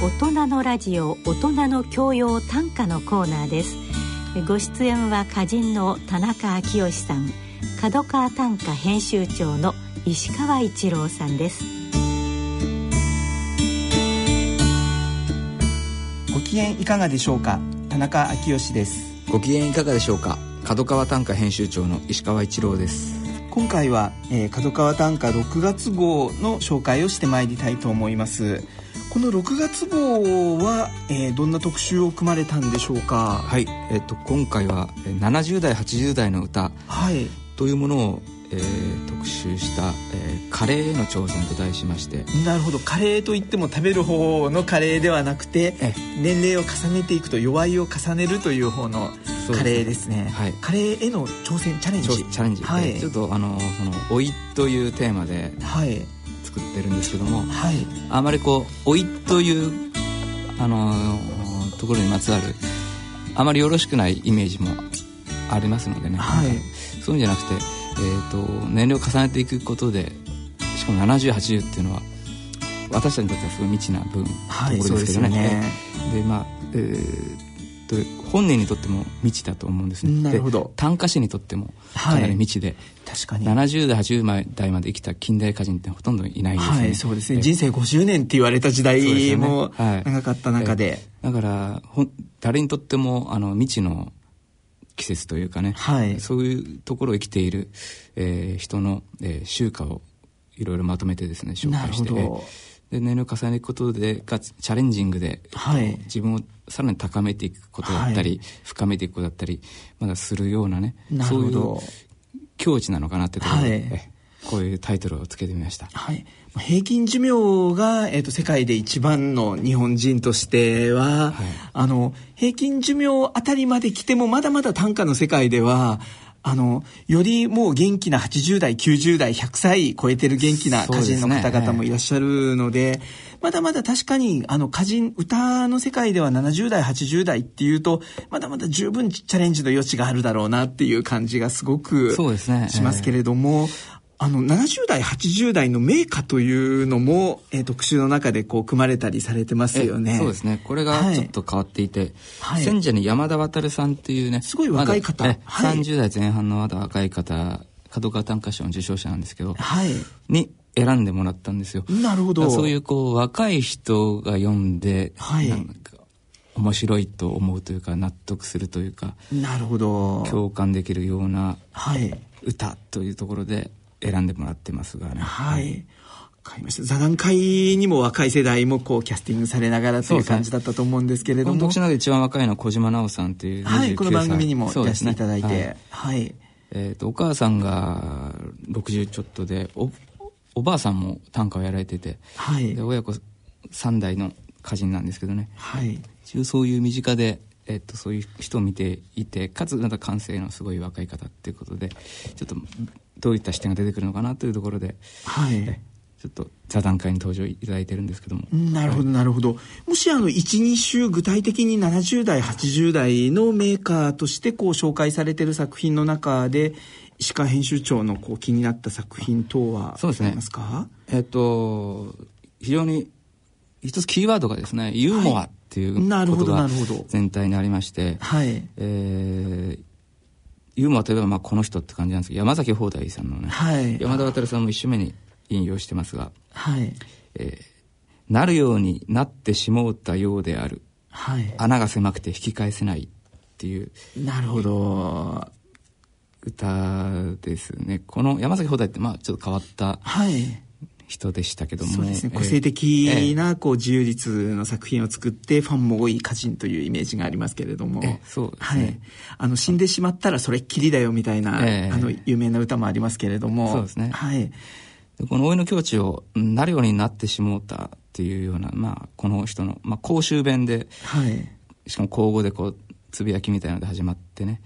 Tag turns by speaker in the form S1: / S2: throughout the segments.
S1: 大人のラジオ大人の教養短歌のコーナーです。ご出演は歌人の田中昭義さん、角川短歌編集長の石川一郎さんです。
S2: ご機嫌いかがでしょうか。田中昭義です。
S3: ご機嫌いかがでしょうか。角川短歌編集長の石川一郎です。
S2: 今回は、角川短歌6月号の紹介をしてまいりたいと思います。この6月号は、どんな特集を組まれたんでしょうか。
S3: はい、今回は70代80代の歌、というものを、特集した、カレーへの挑戦と題しまして。
S2: なるほど。カレーといっても食べる方のカレーではなくて、年齢を重ねていくと弱いを重ねるという方のカレーですね。カレーへの挑戦、チャレンジ、
S3: ちょっとその老いというテーマで作ってるんですけども、あまりこう老いというところにまつわるあまりよろしくないイメージもありますのでね、そういうんじゃなくて、年齢を重ねていくことで、しかも70、80っていうのは私たちにとってはすごい未知なところですけどね。で、本人にとっても未知だと思うんですね。
S2: なるほど。
S3: 短歌師にとってもかなり未知で、
S2: 確かに
S3: 70代80代まで生きた近代歌人ってほとんどいないですね。
S2: そうですね。人生50年って言われた時代も長かった中で、
S3: だから誰にとっても未知の季節というかね、そういうところを生きている、人の、集歌をいろいろまとめてですね紹介して、で年齢を重ねることでかつチャレンジングで、自分をさらに高めていくことだったり、深めていくことだったりまだするようなね、そういう境地なのかなってところで、こういうタイトルをつけてみました。
S2: 平均寿命が、世界で一番の日本人としては、平均寿命あたりまで来てもまだまだ短歌の世界ではよりもう元気な80代90代100歳超えてる元気な歌人の方々もいらっしゃるので、まだまだ確かに歌人歌の世界では70代80代っていうとまだまだ十分チャレンジの余地があるだろうなっていう感じがすごくしますけれども、70代80代の名歌というのも、特集の中でこう組まれたりされてますよね。
S3: そうですね。これがちょっと変わっていて、選者に山田渉さんっていうね、
S2: すごい若い方、
S3: 30代前半のまだ若い方、角川短歌賞の受賞者なんですけど、に選んでもらったんですよ。
S2: なるほど。
S3: そういうこう若い人が読んで、なんか面白いと思うというか納得するというか、
S2: なるほど、
S3: 共感できるような歌というところで選んでもらってますがね。
S2: わかりました。座談会にも若い世代もこうキャスティングされながらという感じだったと思うんですけれども、
S3: この特集の中で一番若いのは小島奈緒さんという29歳、
S2: この番組にもいらしていただいて、
S3: お母さんが60ちょっとで おばあさんも短歌をやられてて、で親子3代の歌人なんですけどね、そういう身近でそういう人を見ていて、かつまた感性のすごい若い方っていうことで、ちょっとどういった視点が出てくるのかなというところで、ちょっと座談会に登場いただいてるんですけども。
S2: なるほどなるほど。もし1、2週具体的に70代80代のメーカーとしてこう紹介されている作品の中で石川編集長のこう気になった作品等はありますか？
S3: 非常に一つキーワードがですね、ユーモアっていうことが全体にありまして、ユーモアといえばこの人って感じなんですけど、山崎邦大さんのね、山田渉さんも一生目に引用してますが、なるようになってしもうたようである、穴が狭くて引き返せないっていう、
S2: なるほど、
S3: 歌ですね。この山崎邦大ってちょっと変わった人でしたけども、
S2: そうですね、個性的なこう自由律の作品を作ってファンも多い歌人というイメージがありますけれども、
S3: そうですね、
S2: 死んでしまったらそれっきりだよみたいな、有名な歌もありますけれども、
S3: そうですね、この老いの境地をなるようになってしもうたっていうような、この人の、公衆弁で、しかも口語でこうつぶやきみたいなので始まってね、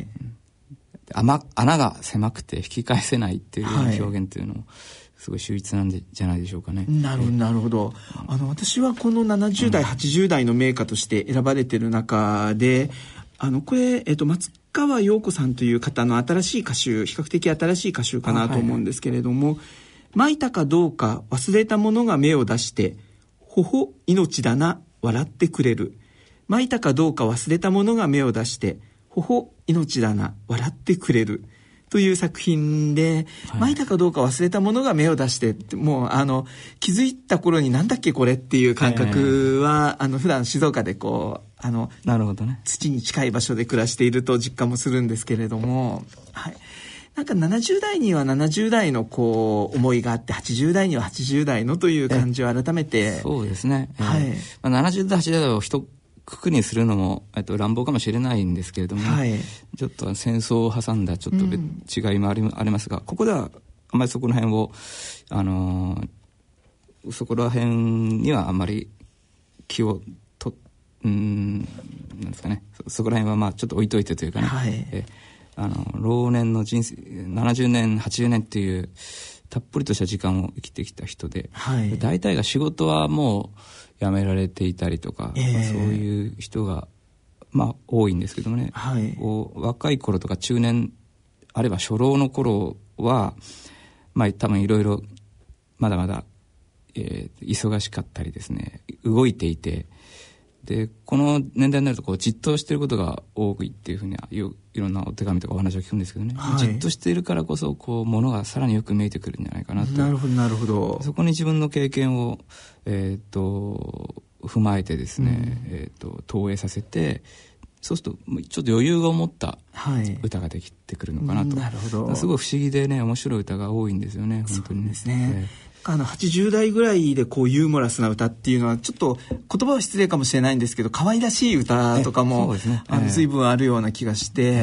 S3: 穴が狭くて引き返せないっていうような表現っていうのをすごい秀逸なんじゃないでしょうかね。
S2: なるほど。私はこの70代、80代の名歌として選ばれている中で、これ、松川陽子さんという方の新しい歌集、比較的新しい歌集かなと思うんですけれども、まいたかどうか忘れたものが芽を出して、命だな笑ってくれる。まいたかどうか忘れたものが芽を出して、ほほ命だな笑ってくれるという作品で、まいたかどうか忘れたものが芽を出して、もう気づいた頃になんだっけこれっていう感覚は、普段静岡でこう
S3: なるほどね、
S2: 土に近い場所で暮らしていると実感もするんですけれども、はい、なんか70代には70代のこう思いがあって、80代には80代のという感じを改めて、
S3: そうですね、
S2: はい、
S3: 70代80代を一くくりにするのも乱暴かもしれないんですけれども、はい、ちょっと戦争を挟んだちょっと違いもありますが、ここではあまりそこら辺をそこら辺にはあまり気をなんですかね、そこら辺はちょっと置いといてというかね、はい、老年の人生70年80年っていうたっぷりとした時間を生きてきた人で、はい、大体が仕事はもう辞められていたりとか、そういう人が多いんですけどもね、はい、若い頃とか中年あるいは初老の頃は多分いろいろまだまだ、忙しかったりですね、動いていて、でこの年代になるとじっとしていることが多いっていうふうにいろんなお手紙とかお話を聞くんですけどね、はい、じっとしているからこそものがさらによく見えてくるんじゃないかなと。
S2: なるほどなるほど。
S3: そこに自分の経験を、踏まえてですね、投影させて、そうするとちょっと余裕を持った歌ができてくるのかなと、はい、なるほど。すごい不思議でね、面白い歌が多いんですよね、本当にね。そうですね、
S2: 80代ぐらいでユーモラスな歌っていうのはちょっと言葉は失礼かもしれないんですけど、可愛らしい歌とかも随分あるような気がして、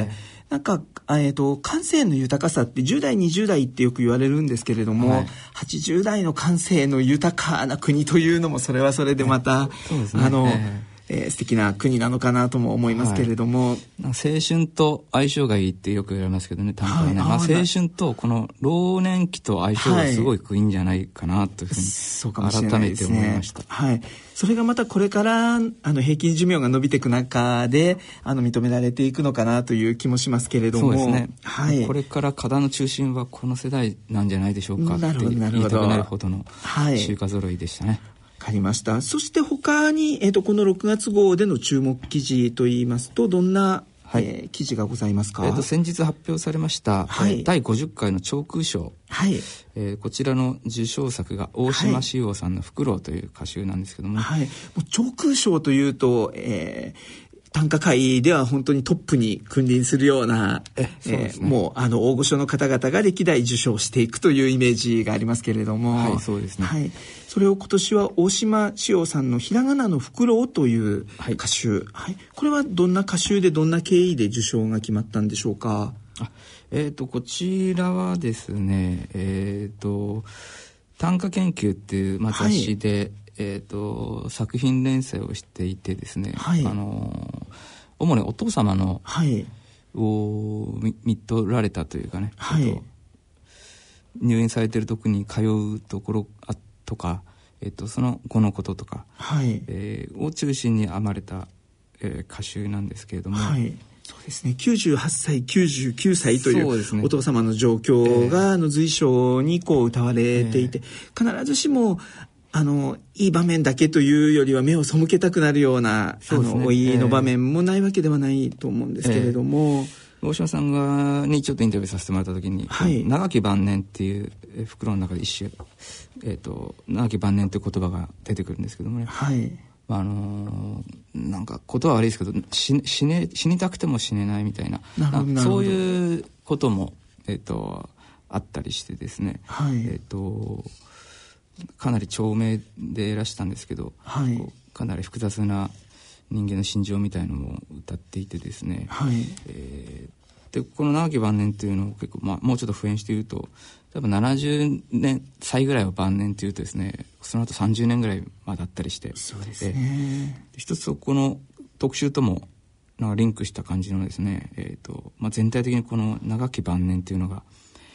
S2: なんか、感性の豊かさって10代20代ってよく言われるんですけれども、はい、80代の感性の豊かな国というのもそれはそれでまた、そうですね、素敵な国なのかなとも思いますけれども、はい、
S3: 青春と相性がいいってよく言われますけどね、短歌はね、青春とこの老年期と相性がすごいいいんじゃないかなというふうに改めて思いました。
S2: はい、それがまたこれから平均寿命が伸びていく中で認められていくのかなという気もしますけれども、
S3: そうですね、はい、これから課題の中心はこの世代なんじゃないでしょうかって言いたくなるほどの集荷揃いでしたね。
S2: わかりました。そして他に、この6月号での注目記事といいますと、どんな、はい、記事がございますか？
S3: 先日発表されました、はい、第50回の長空賞、はい、こちらの受賞作が大島紫央さんのフクロウという歌集なんですけども、
S2: はい、もう長空賞というと、短歌界では本当にトップに君臨するような、もう大御所の方々が歴代受賞していくというイメージがありますけれども、
S3: はい、そうですね、はい、
S2: それを今年は大島紫央さんのひらがなのフクロウという歌集、はいはい、これはどんな歌集でどんな経緯で受賞が決まったんでしょうか？
S3: こちらはですね、短歌研究っていう雑誌で、はい作品連載をしていてですね、はい、主にお父様の、はい、を見とられたというかね、はい、入院されている時に通うところとか、その後のこととか、はいを中心に編まれた、歌集なんですけれども、はい、
S2: そうですね、98歳99歳というお父様の状況が随所に歌われていて、必ずしもいい場面だけというよりは目を背けたくなるような老いの場面もないわけではないと思うんですけれども、
S3: 大島さんにちょっとインタビューさせてもらった時に、はい、長き晩年っていう袋の中で一種、長き晩年という言葉が出てくるんですけどもね、はい、なんか言葉は悪いですけど死にたくても死ねないみたいな、そういうことも、あったりしてですね、はい、かなり長命でいらしたんですけど、はい、かなり複雑な人間の心情みたいのも歌っていてですね、はい、でこの長き晩年というのを結構、もうちょっと復元して言うと、多分70歳ぐらいを晩年というとですね、その後30年ぐらいまであったりして、
S2: そうですね、
S3: 一つこの特集ともリンクした感じのですね、全体的にこの長き晩年というのが、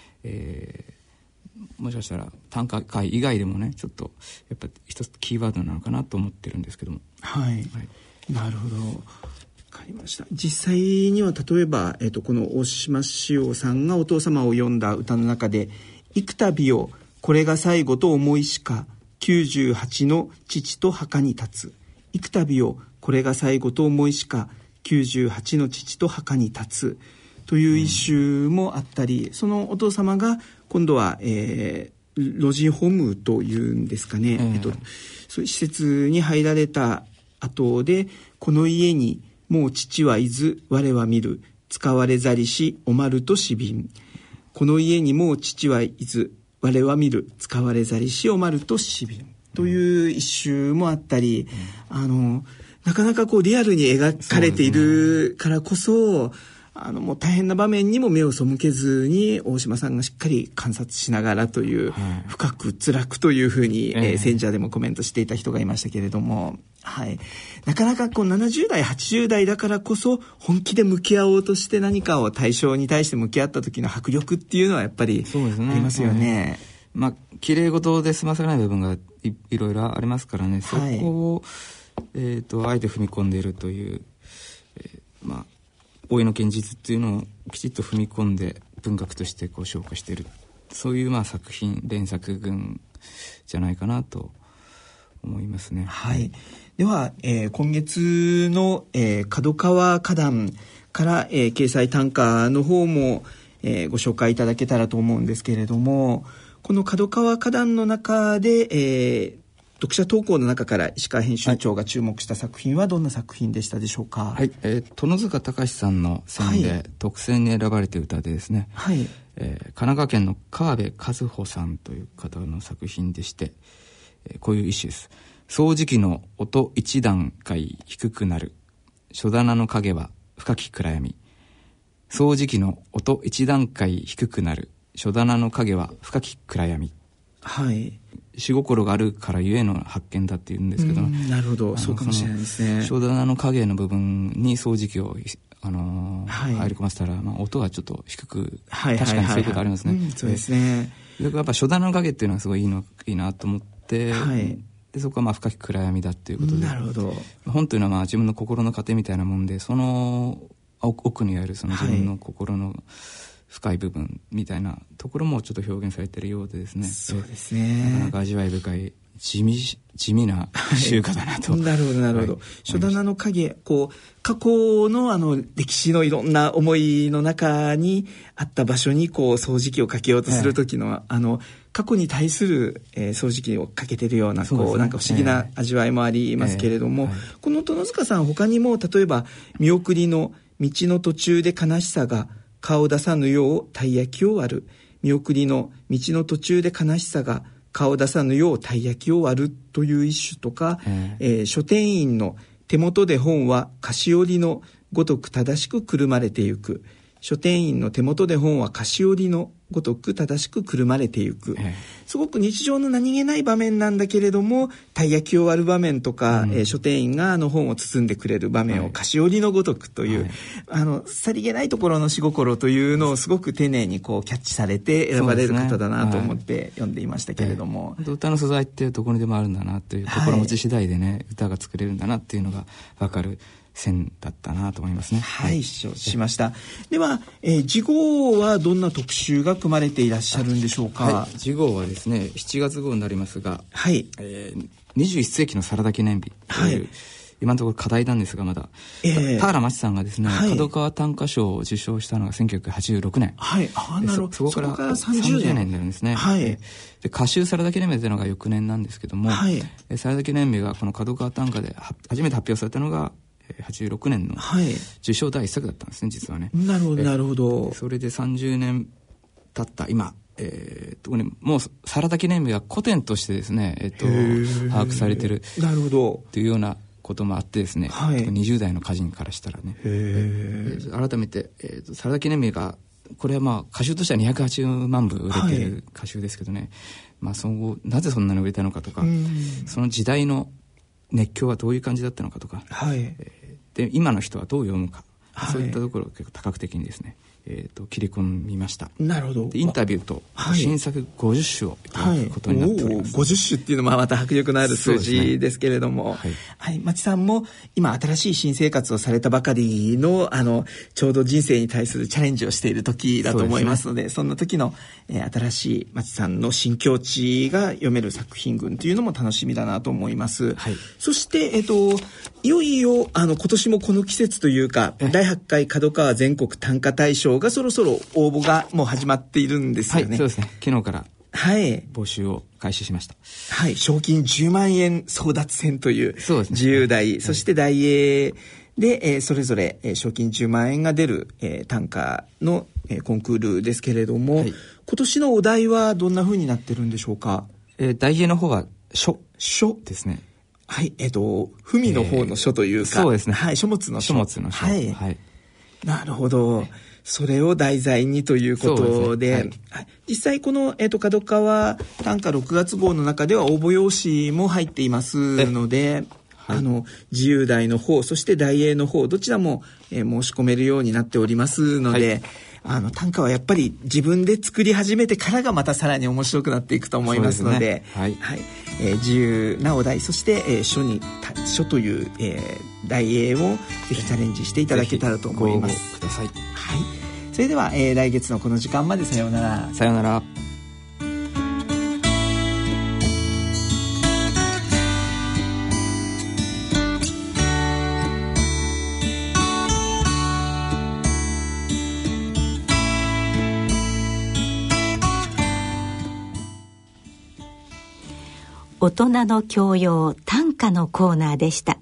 S3: もしかしたら短歌界以外でもね、ちょっとやっぱ一つキーワードなのかなと思ってるんですけども、
S2: はい、はい、なるほど、分かりました。実際には例えば、この大島紫央さんがお父様を詠んだ歌の中で、幾度をこれが最後と思いしか98の父と墓に立つ、 幾度よこれが最後と思いしか98の父と墓に立つという一首もあったり、そのお父様が今度は、老人ホームというんですかね、そういう施設に入られた後で、この家にもう父はいず我は見る使われざりしおまるとしびん、この家にもう父はいず我は見る使われざりしおまるとしびんという一首もあったり、なかなかこうリアルに描かれているからこそ、もう大変な場面にも目を背けずに大島さんがしっかり観察しながらという、深く辛くというふうに、選者でもコメントしていた人がいましたけれども、はい、なかなかこう70代80代だからこそ本気で向き合おうとして何かを対象に対して向き合った時の迫力っていうのはやっぱりありますよね。
S3: 綺麗事で済まさない部分が いろいろありますからね、そこを、あえて踏み込んでいるという、老いの現実っていうのをきちっと踏み込んで文学としてこう消化している、そういう作品連作群じゃないかなと思いますね。
S2: はい、では、今月の、角川歌壇から、掲載短歌の方も、ご紹介いただけたらと思うんですけれども、この角川歌壇の中で、読者投稿の中から石川編集長が注目した作品はどんな作品でしたでしょうか。
S3: はい、殿塚隆さんの選で、特選に選ばれている歌でですね、神奈川県の川辺和穂さんという方の作品でして、こういう一首です。掃除機の音一段階低くなる、書棚の影は深き暗闇。掃除機の音一段階低くなる、書棚の影は深き暗闇。はい、詩心があるからゆえの発見だっていうんですけど、
S2: なるほど、そうかもしれないですね。
S3: 書棚の影の部分に掃除機を、入り込ませたら、音がちょっと低く、確かにそういうことありますね。
S2: そうですね。
S3: やっぱ書棚の影っていうのはすごいいいなと思って、でそこは深き暗闇だっていうことで、
S2: なるほど。
S3: 本というのは自分の心の糧みたいなもんで、その奥にあるその自分の心の深い部分みたいなところもちょっと表現されているようでですね。
S2: そうですね。
S3: なかなか味わい深い地味な集歌だなと。
S2: なるほどなるほど。書棚の影、過去の歴史のいろんな思いの中にあった場所に掃除機をかけようとする時の、過去に対する、掃除機をかけてるようななんか不思議な味わいもありますけれども、この殿塚さん他にも例えば見送りの道の途中で悲しさが顔出さぬようたい焼きを割る、見送りの道の途中で悲しさが顔出さぬようたい焼きを割るという一首とか、書店員の手元で本は菓子折りのごとく正しくくるまれてゆく、書店員の手元で本は菓子折りのごとく正しくくるまれてゆく、すごく日常の何気ない場面なんだけれども、たい焼きを割る場面とか、書店員が本を包んでくれる場面を菓子折りのごとくという、さりげないところの詩心というのをすごく丁寧にキャッチされて選ばれる方だなと思って読んでいましたけれども、
S3: 歌の素材ってどこにでもあるんだなという、心持ち次第でね、歌が作れるんだなっていうのが分かる線だったなと思いますね。
S2: はい、承知しました。では、次号はどんな特集が組まれていらっしゃるんでしょうか。
S3: 次号はですね、7月号になりますが、21世紀のサラダ記念日という、今のところ課題なんですが、まだ、田原町さんがですね、角川短歌賞を受賞したのが1986年。
S2: なるほど。
S3: そこから30年になるんですね。で、歌集サラダ記念日というのが翌年なんですけども、サラダ記念日がこの角川短歌で初めて発表されたのが86年の受賞第一作だったんですね、実はね。
S2: なるほどなるほど。
S3: それで30年経った今、特にもうサラダ記念日が古典としてですね、把握されてるというようなこともあってですね、20代の歌人からしたらね、改めて、サラダ記念日がこれは歌集としては280万部売れてる歌集ですけどね、その後なぜそんなに売れたのかとか、その時代の熱狂はどういう感じだったのかとか、で今の人はどう読むか、そういったところを結構多角的にですね切り込みました。
S2: なるほど。
S3: インタビューと新作50首をいただくことになっております。
S2: 50首っていうのもまた迫力のある数字ですけれども、町さんも今新しい新生活をされたばかりのちょうど人生に対するチャレンジをしている時だと思いますので、そんな時の、新しい町さんの新境地が読める作品群というのも楽しみだなと思います。そして、いよいよ今年もこの季節というか、第8回角川全国短歌大賞がそろそろ応募がもう始まっているんですよね。
S3: そうですね。昨日から募集を開始しました。
S2: 賞金10万円争奪戦という自由題、そして大英で、それぞれ、賞金10万円が出る、短歌の、コンクールですけれども、今年のお題はどんな風になってるんでしょうか？
S3: 大英の方は書ですね。
S2: 文の方の書というか、
S3: そうですね。
S2: 書物の書。なるほど。それを題材にということで、実際この、角川短歌6月号の中では応募用紙も入っていますので、自由題の方、そして大英の方、どちらも、申し込めるようになっておりますので、短歌はやっぱり自分で作り始めてからがまたさらに面白くなっていくと思いますので、自由なお題、そして、書という、題英をぜひチャレンジしていただけたらと思います。
S3: ください。
S2: それでは、来月のこの時間までさようなら。
S3: さようなら。
S1: 大人の教養短歌のコーナーでした。